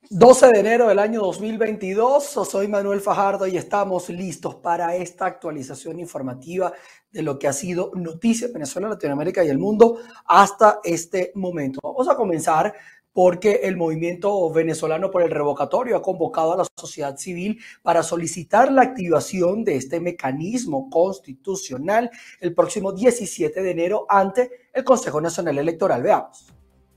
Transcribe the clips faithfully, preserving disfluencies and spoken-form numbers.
doce de enero del año dos mil veintidós, soy Manuel Fajardo y estamos listos para esta actualización informativa de lo que ha sido noticia en Venezuela, Latinoamérica y el mundo hasta este momento. Vamos a comenzar porque el movimiento venezolano por el revocatorio ha convocado a la sociedad civil para solicitar la activación de este mecanismo constitucional el próximo diecisiete de enero ante el Consejo Nacional Electoral. Veamos.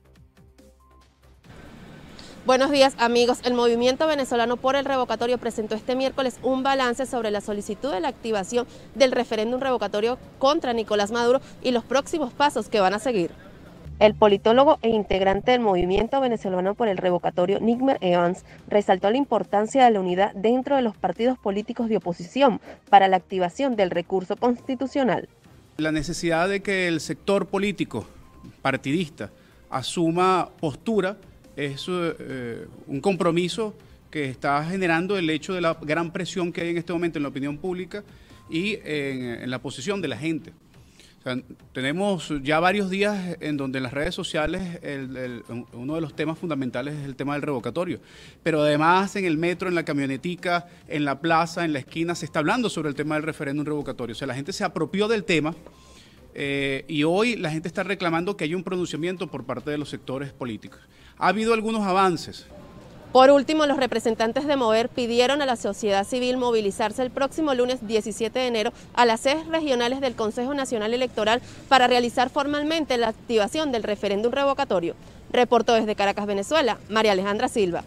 Buenos días, amigos. El Movimiento Venezolano por el Revocatorio presentó este miércoles un balance sobre la solicitud de la activación del referéndum revocatorio contra Nicolás Maduro y los próximos pasos que van a seguir. El politólogo e integrante del Movimiento Venezolano por el Revocatorio, Nigmer Evans, resaltó la importancia de la unidad dentro de los partidos políticos de oposición para la activación del recurso constitucional. La necesidad de que el sector político partidista asuma postura es eh, un compromiso que está generando el hecho de la gran presión que hay en este momento en la opinión pública y en, en la posición de la gente. O sea, tenemos ya varios días en donde en las redes sociales el, el, uno de los temas fundamentales es el tema del revocatorio, pero además en el metro, en la camionetica, en la plaza, en la esquina, se está hablando sobre el tema del referéndum revocatorio. O sea, la gente se apropió del tema. Eh, y hoy la gente está reclamando que haya un pronunciamiento por parte de los sectores políticos. Ha habido algunos avances. Por último, los representantes de Mover pidieron a la sociedad civil movilizarse el próximo lunes diecisiete de enero a las sedes regionales del Consejo Nacional Electoral para realizar formalmente la activación del referéndum revocatorio. Reportó desde Caracas, Venezuela, María Alejandra Silva.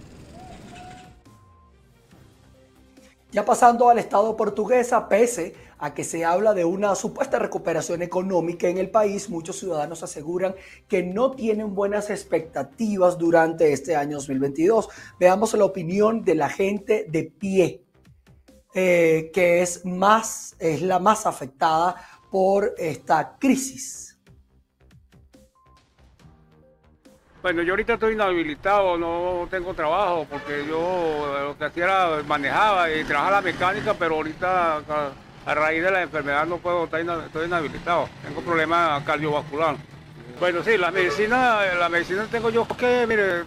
Ya pasando al Estado portuguesa, pese a que se habla de una supuesta recuperación económica en el país, muchos ciudadanos aseguran que no tienen buenas expectativas durante este año dos mil veintidós. Veamos la opinión de la gente de pie, eh, que es, más, es la más afectada por esta crisis. Bueno, yo ahorita estoy inhabilitado, no tengo trabajo, porque yo lo que hacía era manejaba y trabajaba la mecánica, pero ahorita a, a raíz de la enfermedad no puedo, estoy inhabilitado, tengo problemas cardiovascular. Bueno, sí, la medicina, la medicina tengo yo que, mire,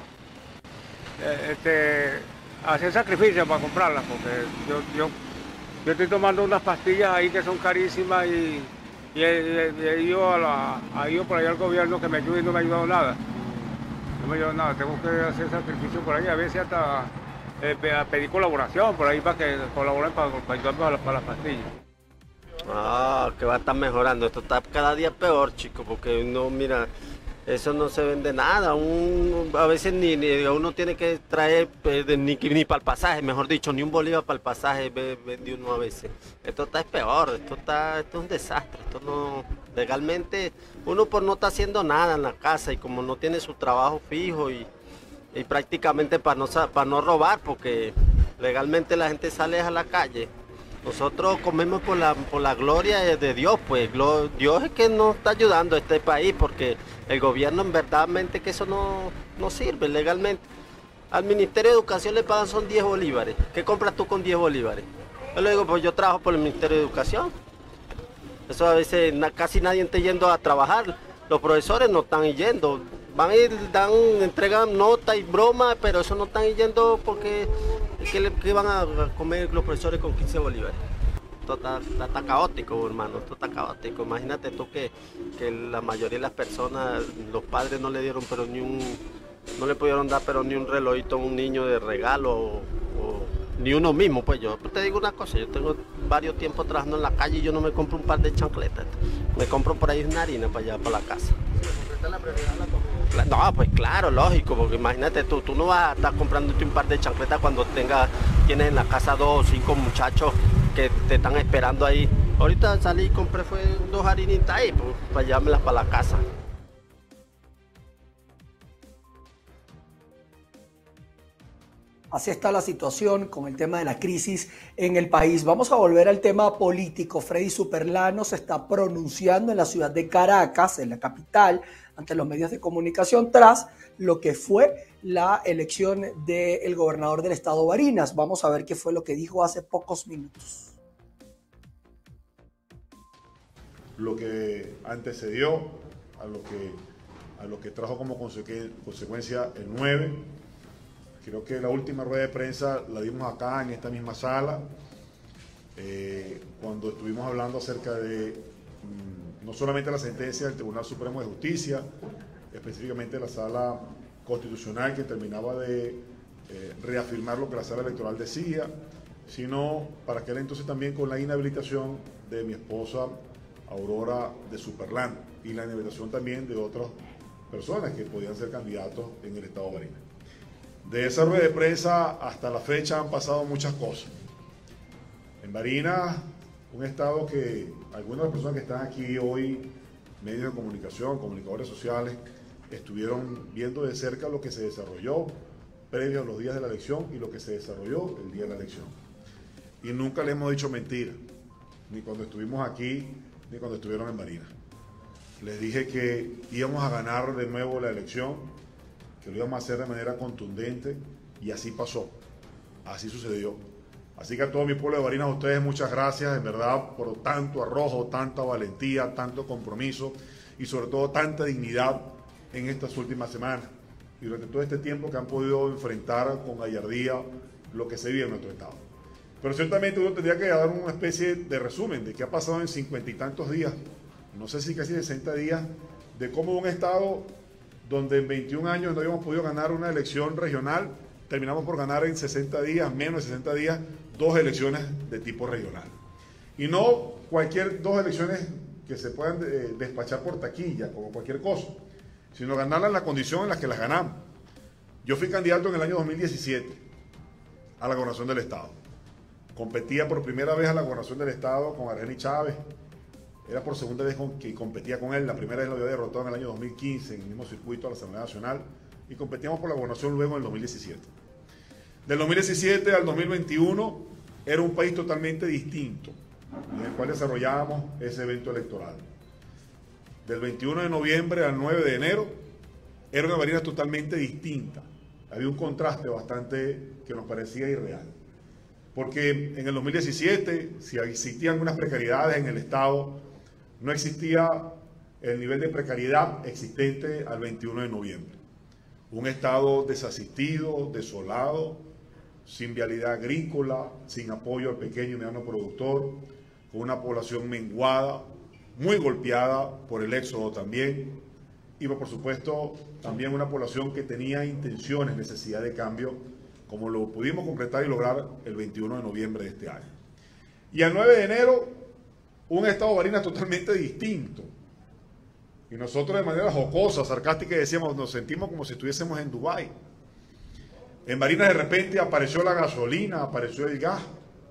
este, hacer sacrificios para comprarla, porque yo, yo, yo estoy tomando unas pastillas ahí que son carísimas y, y he, he, ido a la, he ido por ahí al gobierno que me ayude y no me ha ayudado nada. No me ayuda nada, tengo que hacer sacrificio por ahí, a veces hasta eh, pedir colaboración por ahí para que colaboren para, para ayudarme para, para las pastillas. Ah, que va a estar mejorando, esto está cada día peor, chico, porque uno, mira, eso no se vende nada, un, a veces ni, ni uno tiene que traer pues, ni, ni para el pasaje, mejor dicho, ni un bolívar para el pasaje vende uno a veces. Esto está es peor, esto, está, esto es un desastre, esto no, legalmente uno por no está haciendo nada en la casa y como no tiene su trabajo fijo y, y prácticamente para no, para no robar, porque legalmente la gente sale a la calle. Nosotros comemos por la, por la gloria de Dios, pues Dios es que nos está ayudando a este país, porque el gobierno en verdad mente que eso no, no sirve legalmente. Al Ministerio de Educación le pagan son diez bolívares. ¿Qué compras tú con diez bolívares? Yo le digo, pues yo trabajo por el Ministerio de Educación. Eso a veces na, casi nadie está yendo a trabajar. Los profesores no están yendo. Van a ir, dan, entregan nota y broma, pero eso no están yendo porque ¿qué, qué van a comer los profesores con quince bolívares? Esto está, está, está caótico, hermano, esto está caótico. Imagínate tú que, que la mayoría de las personas, los padres no le dieron pero ni un, no le pudieron dar pero ni un relojito a un niño de regalo o, o ni uno mismo. Pues yo te digo una cosa, yo tengo varios tiempos trabajando en la calle y yo no me compro un par de chancletas, me compro por ahí una harina para allá, para la casa. ¿Esta es la prioridad de la comida? No, pues claro, lógico, porque imagínate tú, tú no vas a estar comprándote un par de chancletas cuando tengas, tienes en la casa dos o cinco muchachos que te están esperando ahí. Ahorita salí y compré fue dos harinitas ahí, pues, para llevármelas para la casa. Así está la situación con el tema de la crisis en el país. Vamos a volver al tema político. Freddy Superlano se está pronunciando en la ciudad de Caracas, en la capital, ante los medios de comunicación tras lo que fue la elección del gobernador del estado Barinas. Vamos a ver qué fue lo que dijo hace pocos minutos. Lo que antecedió a lo que, a lo que trajo como consecuencia el nueve creo que la última rueda de prensa la dimos acá en esta misma sala, eh, cuando estuvimos hablando acerca de mmm, no solamente la sentencia del Tribunal Supremo de Justicia, específicamente la sala constitucional que terminaba de eh, reafirmar lo que la sala electoral decía, sino para aquel entonces también con la inhabilitación de mi esposa Aurora de Superland y la inhabilitación también de otras personas que podían ser candidatos en el estado de Barinas. De esa rueda de prensa hasta la fecha han pasado muchas cosas. En Barinas, un estado que algunas de las personas que están aquí hoy, medios de comunicación, comunicadores sociales, estuvieron viendo de cerca lo que se desarrolló previo a los días de la elección y lo que se desarrolló el día de la elección. Y nunca le hemos dicho mentira, ni cuando estuvimos aquí, ni cuando estuvieron en Barinas. Les dije que íbamos a ganar de nuevo la elección, que lo íbamos a hacer de manera contundente, y así pasó, así sucedió. Así que a todo mi pueblo de Barinas, a ustedes muchas gracias, en verdad, por tanto arrojo, tanta valentía, tanto compromiso y sobre todo tanta dignidad en estas últimas semanas y durante todo este tiempo que han podido enfrentar con gallardía lo que se vive en nuestro estado. Pero ciertamente uno tendría que dar una especie de resumen de qué ha pasado en cincuenta y tantos días, no sé si casi sesenta días, de cómo un estado donde en veintiún años no habíamos podido ganar una elección regional, terminamos por ganar en sesenta días, menos de sesenta días, dos elecciones de tipo regional. Y no cualquier dos elecciones que se puedan eh, despachar por taquilla, como cualquier cosa, sino ganarlas en la condición en la que las ganamos. Yo fui candidato en el año dos mil diecisiete a la gobernación del estado. Competía por primera vez a la gobernación del estado con Argeni Chávez. Era por segunda vez con, que competía con él. La primera vez lo había derrotado en el año dos mil quince en el mismo circuito a la Asamblea Nacional y competíamos por la gobernación luego en el dos mil diecisiete. Del dos mil diecisiete al dos mil veintiuno era un país totalmente distinto en el cual desarrollábamos ese evento electoral. Del veintiuno de noviembre al nueve de enero era una Barinas totalmente distinta. Había un contraste bastante que nos parecía irreal. Porque en el dos mil diecisiete, si existían algunas precariedades en el estado, no existía el nivel de precariedad existente al veintiuno de noviembre. Un estado desasistido, desolado, sin vialidad agrícola, sin apoyo al pequeño y mediano productor, con una población menguada, muy golpeada por el éxodo también, y por supuesto también una población que tenía intenciones, necesidad de cambio, como lo pudimos concretar y lograr el veintiuno de noviembre de este año. Y al nueve de enero, un estado de Barinas totalmente distinto. Y nosotros de manera jocosa, sarcástica, decíamos, nos sentimos como si estuviésemos en Dubái. En Barinas de repente apareció la gasolina, apareció el gas.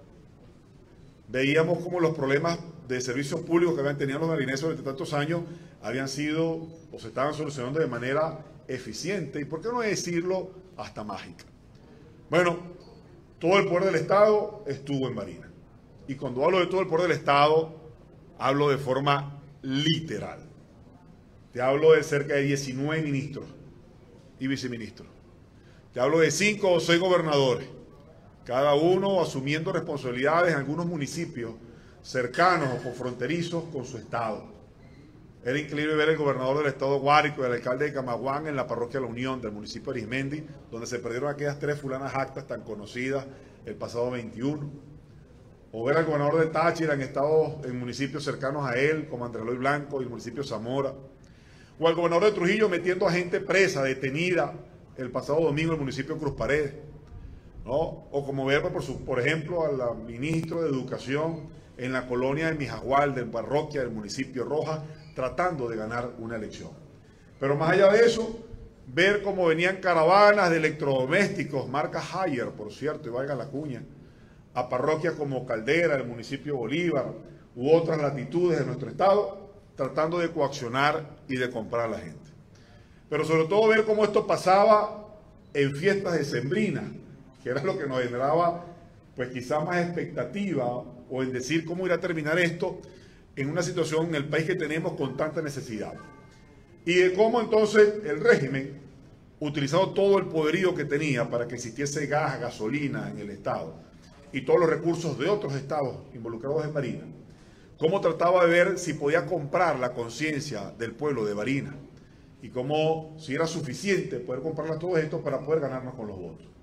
Veíamos como los problemas de servicios públicos que habían tenido los barineses durante tantos años habían sido o se estaban solucionando de manera eficiente y, por qué no decirlo, hasta mágica. Bueno, todo el poder del Estado estuvo en Barinas. Y cuando hablo de todo el poder del Estado, hablo de forma literal. Te hablo de cerca de diecinueve ministros y viceministros. Te hablo de cinco o seis gobernadores, cada uno asumiendo responsabilidades en algunos municipios cercanos o confronterizos con su estado. Era increíble ver el gobernador del estado de Guárico y el alcalde de Camaguán en la parroquia La Unión del municipio de Arismendi, donde se perdieron aquellas tres fulanas actas tan conocidas el pasado veintiuno. O ver al gobernador de Táchira en estados, en municipios cercanos a él, como Andrés Eloy Blanco y el municipio de Zamora. O al gobernador de Trujillo metiendo a gente presa, detenida, el pasado domingo en el municipio de Cruz Paredes, ¿no? O como ver, por, su, por ejemplo, al ministro de Educación en la colonia de Mijagual, de parroquia del municipio Roja, tratando de ganar una elección. Pero más allá de eso, ver cómo venían caravanas de electrodomésticos, marca Haier, por cierto, y valga la cuña, a parroquias como Caldera, el municipio Bolívar, u otras latitudes de nuestro estado, tratando de coaccionar y de comprar a la gente. Pero sobre todo ver cómo esto pasaba en fiestas decembrinas, que era lo que nos generaba pues quizá más expectativa o en decir cómo irá a terminar esto en una situación en el país que tenemos con tanta necesidad. Y de cómo entonces el régimen, utilizando todo el poderío que tenía para que existiese gas, gasolina en el estado y todos los recursos de otros estados involucrados en Barinas, cómo trataba de ver si podía comprar la conciencia del pueblo de Barinas y cómo si era suficiente poder comprarlas todo esto para poder ganarnos con los votos.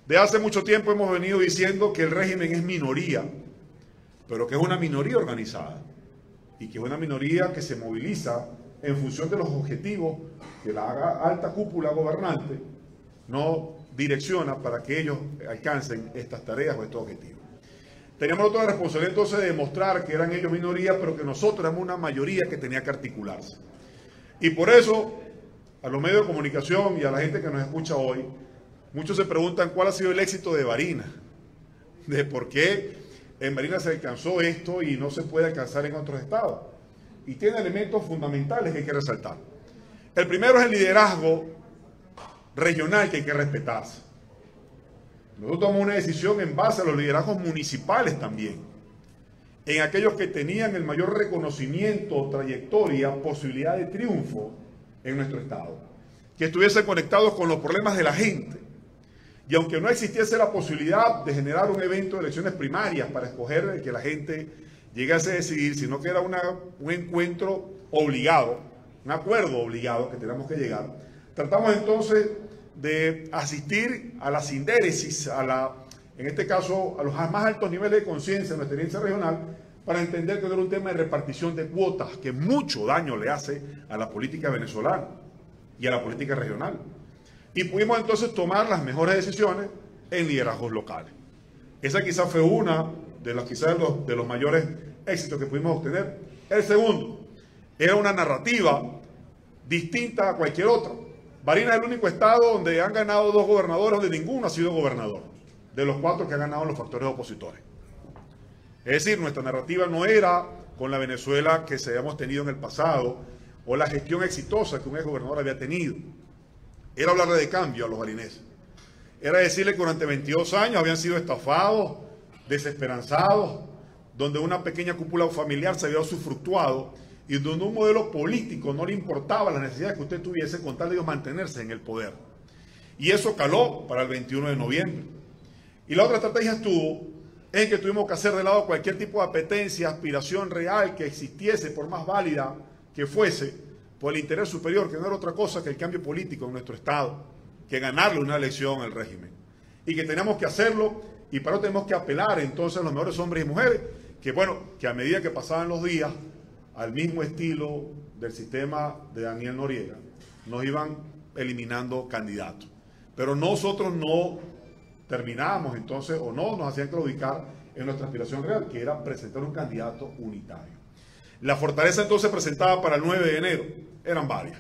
De hace mucho tiempo hemos venido diciendo que el régimen es minoría, pero que es una minoría organizada y que es una minoría que se moviliza en función de los objetivos que la alta cúpula gobernante no direcciona para que ellos alcancen estas tareas o estos objetivos. Teníamos toda la responsabilidad entonces de demostrar que eran ellos minoría, pero que nosotros éramos una mayoría que tenía que articularse. Y por eso, a los medios de comunicación y a la gente que nos escucha hoy, muchos se preguntan cuál ha sido el éxito de Barinas, de por qué en Barinas se alcanzó esto y no se puede alcanzar en otros estados. Y tiene elementos fundamentales que hay que resaltar. El primero es el liderazgo regional que hay que respetarse. Nosotros tomamos una decisión en base a los liderazgos municipales también, en aquellos que tenían el mayor reconocimiento, trayectoria, posibilidad de triunfo en nuestro estado, que estuviesen conectados con los problemas de la gente. Y aunque no existiese la posibilidad de generar un evento de elecciones primarias para escoger el que la gente llegase a decidir, sino que era una, un encuentro obligado, un acuerdo obligado que teníamos que llegar, tratamos entonces de asistir a la sindéresis, a la, en este caso, a los más altos niveles de conciencia de nuestra experiencia regional, para entender que no era un tema de repartición de cuotas, que mucho daño le hace a la política venezolana y a la política regional. Y pudimos entonces tomar las mejores decisiones en liderazgos locales. Esa quizás fue una de los, quizás de los, de los mayores éxitos que pudimos obtener. El segundo, era una narrativa distinta a cualquier otra. Barinas es el único estado donde han ganado dos gobernadores, donde ninguno ha sido gobernador, de los cuatro que han ganado los factores opositores. Es decir, nuestra narrativa no era con la Venezuela que se habíamos tenido en el pasado, o la gestión exitosa que un ex gobernador había tenido. Era hablarle de cambio a los barineses. Era decirle que durante veintidós años habían sido estafados, desesperanzados, donde una pequeña cúpula familiar se había usufructuado y donde un modelo político no le importaba las necesidades que usted tuviese con tal de mantenerse en el poder. Y eso caló para el veintiuno de noviembre. Y la otra estrategia estuvo en que tuvimos que hacer de lado cualquier tipo de apetencia, aspiración real que existiese, por más válida que fuese, por el interés superior, que no era otra cosa que el cambio político en nuestro estado, que ganarle una elección al régimen. Y que teníamos que hacerlo, y para eso tenemos que apelar entonces a los mejores hombres y mujeres, que bueno, que a medida que pasaban los días, al mismo estilo del sistema de Daniel Noriega, nos iban eliminando candidatos. Pero nosotros no terminábamos entonces, o no nos hacían claudicar en nuestra aspiración real, que era presentar un candidato unitario. La fortaleza entonces presentada para el nueve de enero eran varias.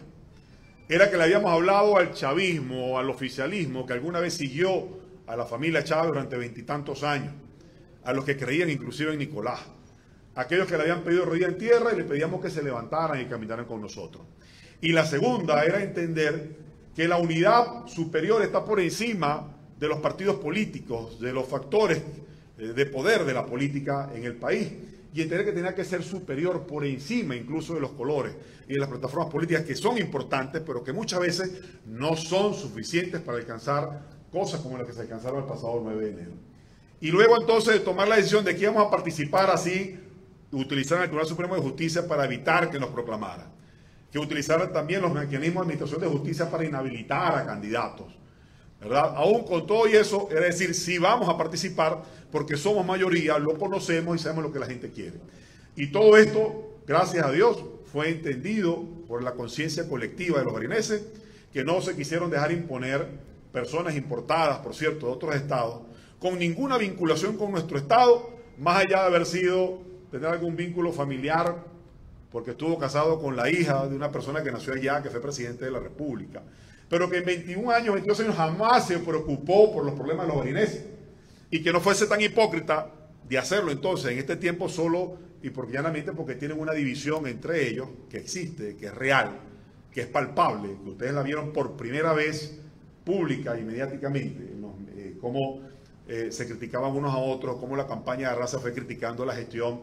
Era que le habíamos hablado al chavismo, al oficialismo, que alguna vez siguió a la familia Chávez durante veintitantos años, a los que creían inclusive en Nicolás, aquellos que le habían pedido rodilla en tierra y le pedíamos que se levantaran y caminaran con nosotros. Y la segunda era entender que la unidad superior está por encima de los partidos políticos, de los factores de poder de la política en el país, y entender que tenía que ser superior por encima incluso de los colores y de las plataformas políticas que son importantes, pero que muchas veces no son suficientes para alcanzar cosas como las que se alcanzaron el pasado nueve de enero. Y luego entonces de tomar la decisión de que íbamos a participar así, utilizar el Tribunal Supremo de Justicia para evitar que nos proclamaran, que utilizaran también los mecanismos de administración de justicia para inhabilitar a candidatos, ¿verdad? Aún con todo y eso, es decir, sí vamos a participar porque somos mayoría, lo conocemos y sabemos lo que la gente quiere. Y todo esto, gracias a Dios, fue entendido por la conciencia colectiva de los barineses, que no se quisieron dejar imponer personas importadas, por cierto, de otros estados, con ninguna vinculación con nuestro estado, más allá de haber sido, tener algún vínculo familiar, porque estuvo casado con la hija de una persona que nació allá, que fue presidente de la República, pero que en veintiún años, veintidós años jamás se preocupó por los problemas de los barineses, y que no fuese tan hipócrita de hacerlo entonces en este tiempo solo y porque llanamente porque tienen una división entre ellos que existe, que es real, que es palpable, que ustedes la vieron por primera vez pública y mediáticamente, ¿no? eh, cómo eh, se criticaban unos a otros, cómo la campaña de raza fue criticando la gestión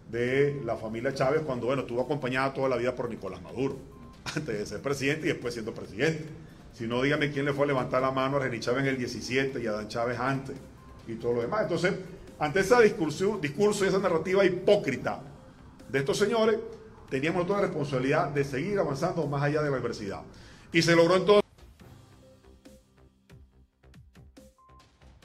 de la familia Chávez cuando, bueno, estuvo acompañada toda la vida por Nicolás Maduro, antes de ser presidente y después siendo presidente. Si no, dígame quién le fue a levantar la mano a René Chávez en el diecisiete y a Dan Chávez antes y todo lo demás. Entonces, ante ese discurso, discurso y esa narrativa hipócrita de estos señores, teníamos toda la responsabilidad de seguir avanzando más allá de la adversidad. Y se logró entonces.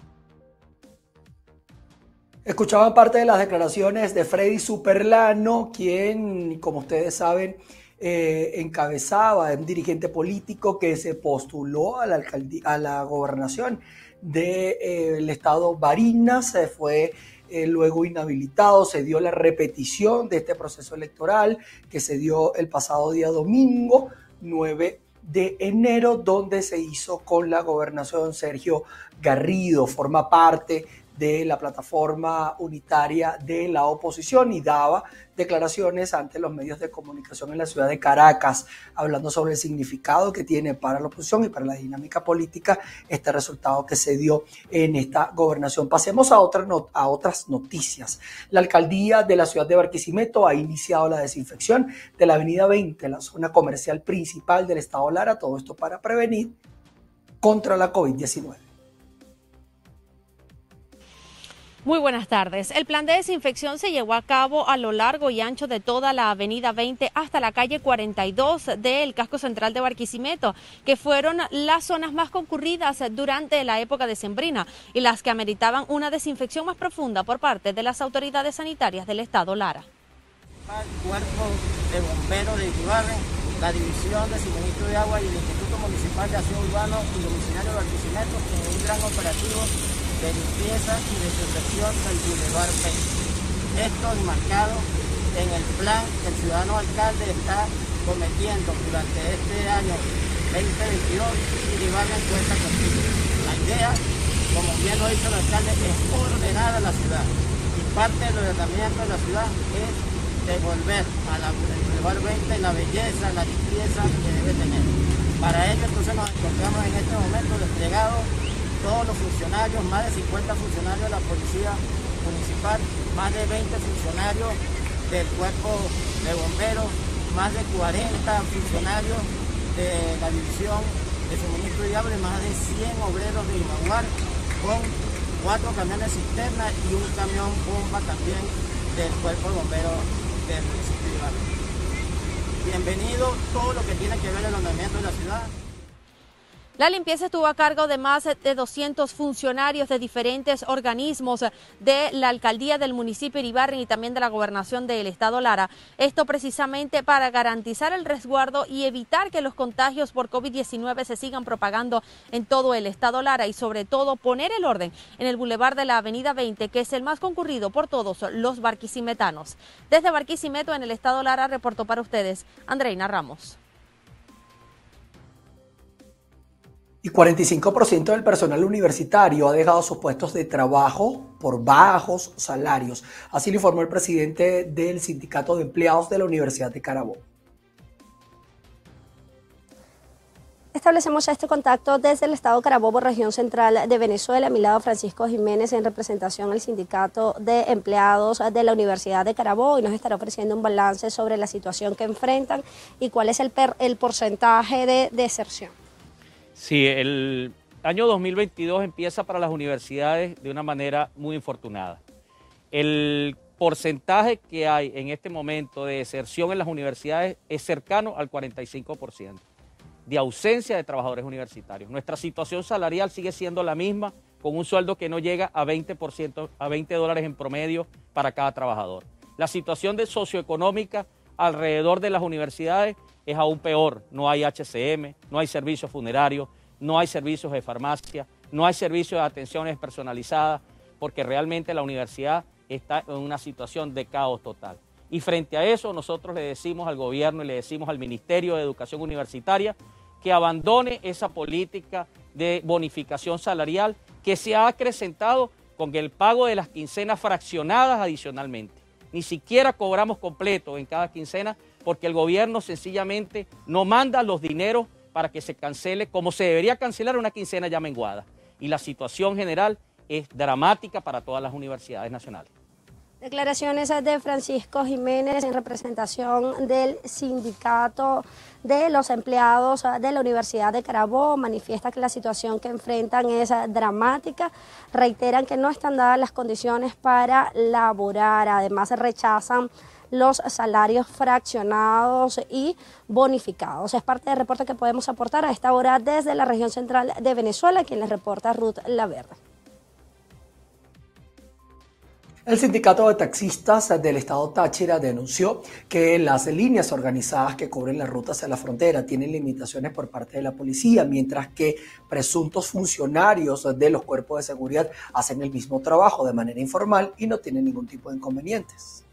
Escuchaban parte de las declaraciones de Freddy Superlano, quien, como ustedes saben, eh, encabezaba, un dirigente político que se postuló a la, alcaldía, a la gobernación del eh, estado Barinas, se fue eh, luego inhabilitado, se dio la repetición de este proceso electoral que se dio el pasado día domingo, nueve de enero, donde se hizo con la gobernación. Sergio Garrido forma parte de la plataforma unitaria de la oposición y daba declaraciones ante los medios de comunicación en la ciudad de Caracas, hablando sobre el significado que tiene para la oposición y para la dinámica política este resultado que se dio en esta gobernación. Pasemos a, otra not- a otras noticias. La alcaldía de la ciudad de Barquisimeto ha iniciado la desinfección de la avenida veinte, la zona comercial principal del estado Lara, todo esto para prevenir contra la COVID diecinueve. Muy buenas tardes. El plan de desinfección se llevó a cabo a lo largo y ancho de toda la avenida veinte hasta la calle cuarenta y dos del casco central de Barquisimeto, que fueron las zonas más concurridas durante la época decembrina y las que ameritaban una desinfección más profunda por parte de las autoridades sanitarias del estado Lara. El Cuerpo de Bomberos de Iribarren, la División de Suministro de Agua y el Instituto Municipal de Aseo Urbano y Domiciliario de Barquisimeto en un gran operativo de limpieza y desinfección del Boulevard veinte. Esto enmarcado en el plan que el ciudadano alcalde está cometiendo durante este año veinte veintidós y Iribarren cuenta contigo. La idea, como bien lo ha dicho el alcalde, es ordenar a la ciudad y parte del ordenamiento de la ciudad es devolver a la Boulevard veinte la belleza, la limpieza que debe tener. Para ello entonces nos encontramos en este momento desplegados todos los funcionarios, más de cincuenta funcionarios de la Policía Municipal, más de veinte funcionarios del Cuerpo de Bomberos, más de cuarenta funcionarios de la División de Suministro de Agua y más de cien obreros de Imaguar, con cuatro camiones cisterna y un camión bomba también del Cuerpo de Bomberos del municipio de Ibarra. Bienvenido todo lo que tiene que ver el ordenamiento de la ciudad. La limpieza estuvo a cargo de más de doscientos funcionarios de diferentes organismos de la alcaldía del municipio de Iribarren y también de la gobernación del estado Lara. Esto precisamente para garantizar el resguardo y evitar que los contagios por COVID diecinueve se sigan propagando en todo el estado Lara y sobre todo poner el orden en el bulevar de la avenida veinte, que es el más concurrido por todos los barquisimetanos. Desde Barquisimeto en el estado Lara reportó para ustedes Andreina Ramos. Y cuarenta y cinco por ciento del personal universitario ha dejado sus puestos de trabajo por bajos salarios. Así lo informó el presidente del Sindicato de Empleados de la Universidad de Carabobo. Establecemos este contacto desde el estado Carabobo, región central de Venezuela. A mi lado Francisco Jiménez, en representación del Sindicato de Empleados de la Universidad de Carabobo, y nos estará ofreciendo un balance sobre la situación que enfrentan y cuál es el, per, el porcentaje de deserción. Sí, el año dos mil veintidós empieza para las universidades de una manera muy infortunada. El porcentaje que hay en este momento de deserción en las universidades es cercano al cuarenta y cinco por ciento de ausencia de trabajadores universitarios. Nuestra situación salarial sigue siendo la misma, con un sueldo que no llega a veinte por ciento, a veinte dólares en promedio para cada trabajador. La situación de socioeconómica alrededor de las universidades es aún peor. No hay H C M, no hay servicios funerarios, no hay servicios de farmacia, no hay servicios de atenciones personalizadas, porque realmente la universidad está en una situación de caos total. Y frente a eso nosotros le decimos al gobierno y le decimos al Ministerio de Educación Universitaria que abandone esa política de bonificación salarial que se ha acrecentado con el pago de las quincenas fraccionadas adicionalmente. Ni siquiera cobramos completo en cada quincena porque el gobierno sencillamente no manda los dineros para que se cancele como se debería cancelar una quincena ya menguada. Y la situación general es dramática para todas las universidades nacionales. Declaraciones de Francisco Jiménez en representación del Sindicato de los Empleados de la Universidad de Carabobo. Manifiesta que la situación que enfrentan es dramática. Reiteran que no están dadas las condiciones para laborar. Además rechazan los salarios fraccionados y bonificados. Es parte del reporte que podemos aportar a esta hora desde la región central de Venezuela, quien les reporta Ruth Laverde. El sindicato de taxistas del estado Táchira denunció que las líneas organizadas que cubren la ruta hacia la frontera tienen limitaciones por parte de la policía, mientras que presuntos funcionarios de los cuerpos de seguridad hacen el mismo trabajo de manera informal y no tienen ningún tipo de inconvenientes.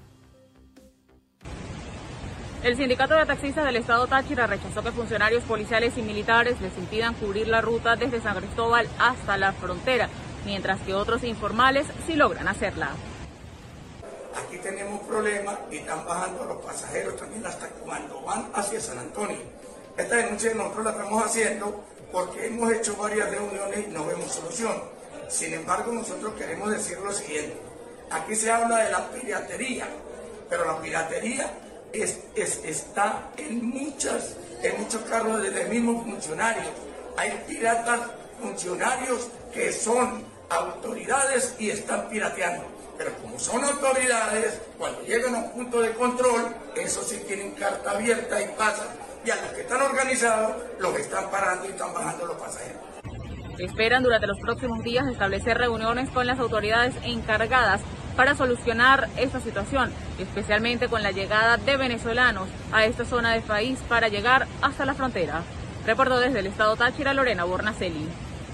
El sindicato de taxistas del estado Táchira rechazó que funcionarios policiales y militares les impidan cubrir la ruta desde San Cristóbal hasta la frontera, mientras que otros informales sí logran hacerla. Aquí tenemos problemas y están bajando los pasajeros también hasta cuando van hacia San Antonio. Esta denuncia nosotros la estamos haciendo porque hemos hecho varias reuniones y no vemos solución. Sin embargo, nosotros queremos decir lo siguiente. Aquí se habla de la piratería, pero la piratería es, es, está en, muchas, en muchos carros de los mismos funcionarios. Hay piratas funcionarios que son autoridades y están pirateando, pero como son autoridades, cuando llegan a un punto de control, eso sí tienen carta abierta y pasan, y a los que están organizados los están parando y están bajando los pasajeros. Esperan durante los próximos días establecer reuniones con las autoridades encargadas para solucionar esta situación, especialmente con la llegada de venezolanos a esta zona del país para llegar hasta la frontera. Reportó desde el estado Táchira, Lorena Bornaceli.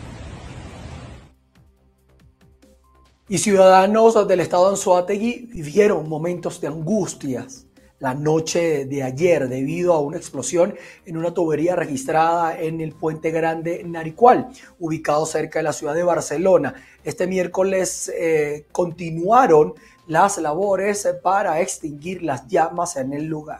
Y ciudadanos del estado Anzoátegui vivieron momentos de angustias la noche de ayer debido a una explosión en una tubería registrada en el Puente Grande Naricual, ubicado cerca de la ciudad de Barcelona. Este miércoles eh, continuaron las labores para extinguir las llamas en el lugar.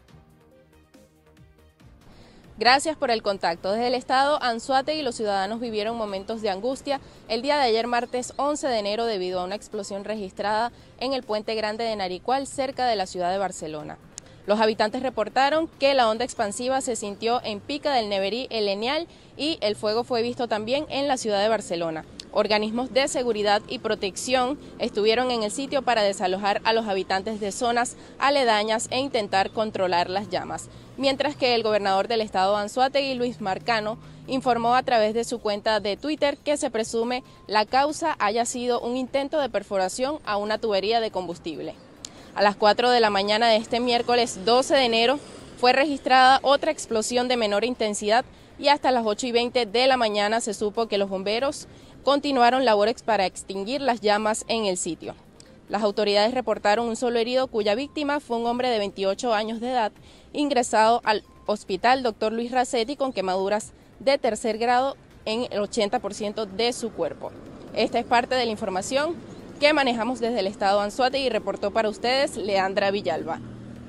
Gracias por el contacto. Desde el estado Anzoátegui, los ciudadanos vivieron momentos de angustia el día de ayer, martes once de enero, debido a una explosión registrada en el Puente Grande de Naricual, cerca de la ciudad de Barcelona. Los habitantes reportaron que la onda expansiva se sintió en Pica del Neverí, El Enial, y el fuego fue visto también en la ciudad de Barcelona. Organismos de seguridad y protección estuvieron en el sitio para desalojar a los habitantes de zonas aledañas e intentar controlar las llamas. Mientras que el gobernador del estado Anzoátegui, Luis Marcano, informó a través de su cuenta de Twitter que se presume la causa haya sido un intento de perforación a una tubería de combustible. A las cuatro de la mañana de este miércoles doce de enero fue registrada otra explosión de menor intensidad y hasta las ocho y veinte de la mañana se supo que los bomberos continuaron labores para extinguir las llamas en el sitio. Las autoridades reportaron un solo herido cuya víctima fue un hombre de veintiocho años de edad ingresado al hospital doctor Luis Racetti con quemaduras de tercer grado en el ochenta por ciento de su cuerpo. Esta es parte de la información que manejamos desde el estado Anzoátegui y reportó para ustedes Leandra Villalba.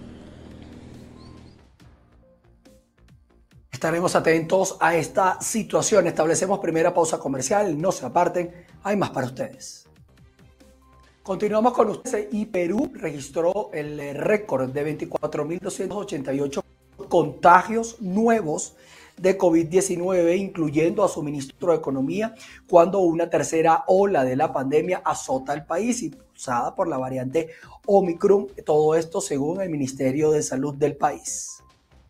Estaremos atentos a esta situación. Establecemos primera pausa comercial. No se aparten, hay más para ustedes. Continuamos con ustedes y Perú registró el récord de veinticuatro mil doscientos ochenta y ocho contagios nuevos de COVID diecinueve, incluyendo a su ministro de Economía, cuando una tercera ola de la pandemia azota el país, impulsada por la variante Omicron. Todo esto según el Ministerio de Salud del país.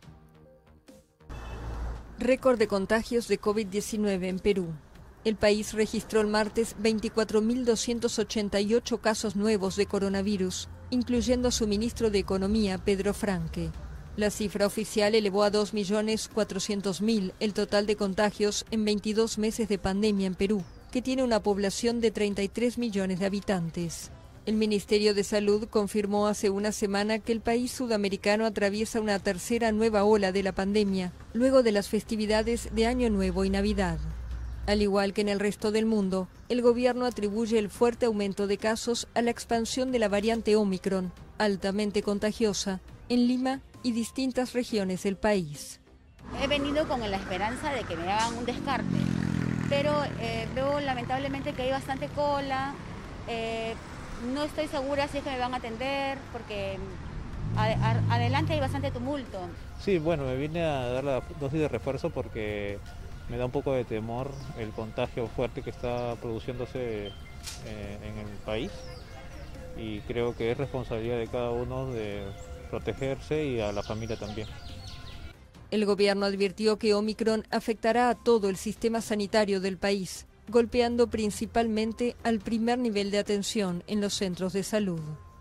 Récord de contagios de COVID diecinueve en Perú. El país registró el martes veinticuatro mil doscientos ochenta y ocho casos nuevos de coronavirus, incluyendo a su ministro de Economía, Pedro Franque. La cifra oficial elevó a dos millones cuatrocientos mil el total de contagios en veintidós meses de pandemia en Perú, que tiene una población de treinta y tres millones de habitantes. El Ministerio de Salud confirmó hace una semana que el país sudamericano atraviesa una tercera nueva ola de la pandemia, luego de las festividades de Año Nuevo y Navidad. Al igual que en el resto del mundo, el gobierno atribuye el fuerte aumento de casos a la expansión de la variante Omicron, altamente contagiosa, en Lima y distintas regiones del país. He venido con la esperanza de que me hagan un descarte, pero eh, veo lamentablemente que hay bastante cola. Eh, no estoy segura si es que me van a atender, porque a, a, adelante hay bastante tumulto. Sí, bueno, me vine a dar la dosis de refuerzo porque me da un poco de temor el contagio fuerte que está produciéndose eh, en el país, y creo que es responsabilidad de cada uno de protegerse y a la familia también. El gobierno advirtió que Omicron afectará a todo el sistema sanitario del país, golpeando principalmente al primer nivel de atención en los centros de salud.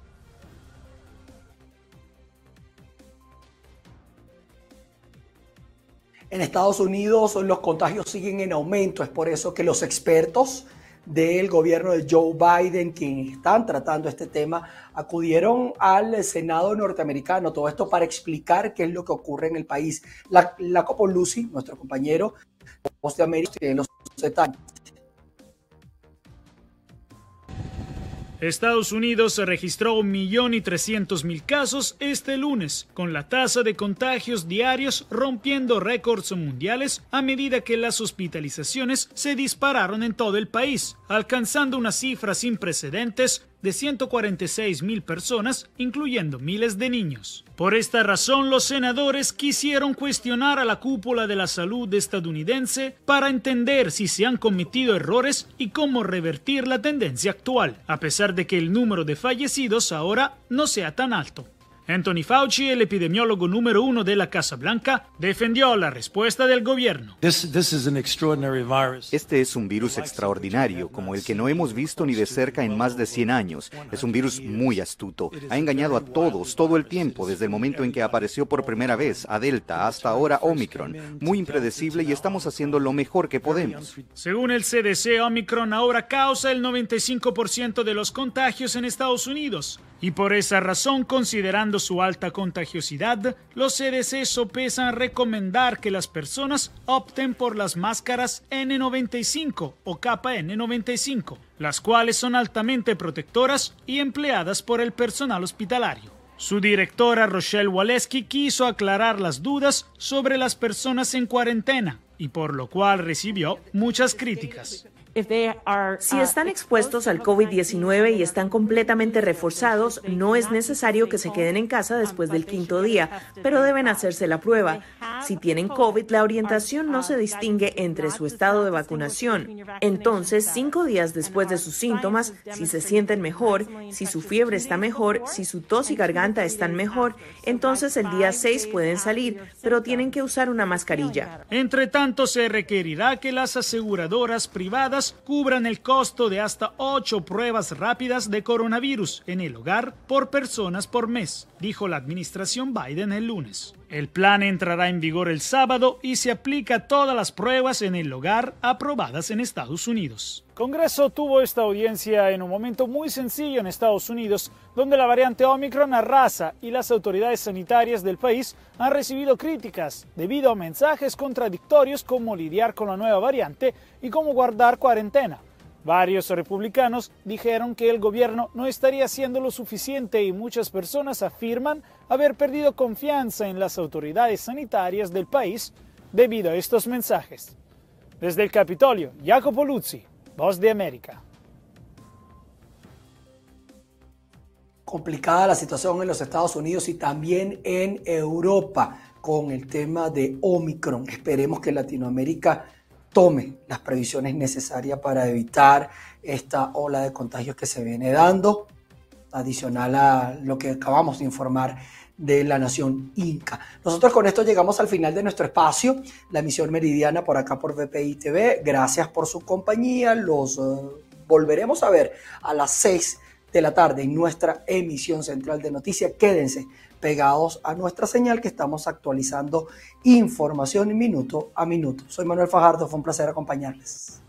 En Estados Unidos los contagios siguen en aumento, es por eso que los expertos del gobierno de Joe Biden, quienes están tratando este tema, acudieron al Senado norteamericano, todo esto para explicar qué es lo que ocurre en el país. La, la Copo Lucy, nuestro compañero Voz de América, tiene los detalles. Estados Unidos registró un millón y trescientos mil casos este lunes, con la tasa de contagios diarios rompiendo récords mundiales a medida que las hospitalizaciones se dispararon en todo el país, alcanzando una cifra sin precedentes de ciento cuarenta y seis mil personas, incluyendo miles de niños. Por esta razón, los senadores quisieron cuestionar a la cúpula de la salud estadounidense para entender si se han cometido errores y cómo revertir la tendencia actual, a pesar de que el número de fallecidos ahora no sea tan alto. Anthony Fauci, el epidemiólogo número uno de la Casa Blanca, defendió la respuesta del gobierno. Este es un virus extraordinario, como el que no hemos visto ni de cerca en más de cien años. Es un virus muy astuto. Ha engañado a todos todo el tiempo, desde el momento en que apareció por primera vez a Delta hasta ahora Omicron. Muy impredecible y estamos haciendo lo mejor que podemos. Según el C D C, Omicron ahora causa el noventa y cinco por ciento de los contagios en Estados Unidos. Y por esa razón, considerando su alta contagiosidad, los C D C sopesan recomendar que las personas opten por las máscaras N noventa y cinco o K N noventa y cinco, las cuales son altamente protectoras y empleadas por el personal hospitalario. Su directora Rochelle Walensky quiso aclarar las dudas sobre las personas en cuarentena y por lo cual recibió muchas críticas. Si están expuestos al COVID diecinueve y están completamente reforzados, no es necesario que se queden en casa después del quinto día, pero deben hacerse la prueba. Si tienen COVID, la orientación no se distingue entre su estado de vacunación. Entonces, cinco días después de sus síntomas, si se sienten mejor, si su fiebre está mejor, si su tos y garganta están mejor, entonces el día seis pueden salir, pero tienen que usar una mascarilla. Entre tanto, se requerirá que las aseguradoras privadas cubran el costo de hasta ocho pruebas rápidas de coronavirus en el hogar por personas por mes, dijo la administración Biden el lunes. El plan entrará en vigor el sábado y se aplica a todas las pruebas en el hogar aprobadas en Estados Unidos. Congreso tuvo esta audiencia en un momento muy sencillo en Estados Unidos, donde la variante Omicron arrasa y las autoridades sanitarias del país han recibido críticas debido a mensajes contradictorios como lidiar con la nueva variante y cómo guardar cuarentena. Varios republicanos dijeron que el gobierno no estaría haciendo lo suficiente y muchas personas afirman haber perdido confianza en las autoridades sanitarias del país debido a estos mensajes. Desde el Capitolio, Jacopo Luzzi, Voz de América. Complicada la situación en los Estados Unidos y también en Europa con el tema de Omicron. Esperemos que Latinoamérica tome las previsiones necesarias para evitar esta ola de contagios que se viene dando, adicional a lo que acabamos de informar de la nación Inca. Nosotros con esto llegamos al final de nuestro espacio, la emisión meridiana por acá por V P I T V. Gracias por su compañía. Los uh, volveremos a ver a las seis de la tarde en nuestra emisión central de noticias. Quédense pegados a nuestra señal que estamos actualizando información minuto a minuto. Soy Manuel Fajardo, fue un placer acompañarles.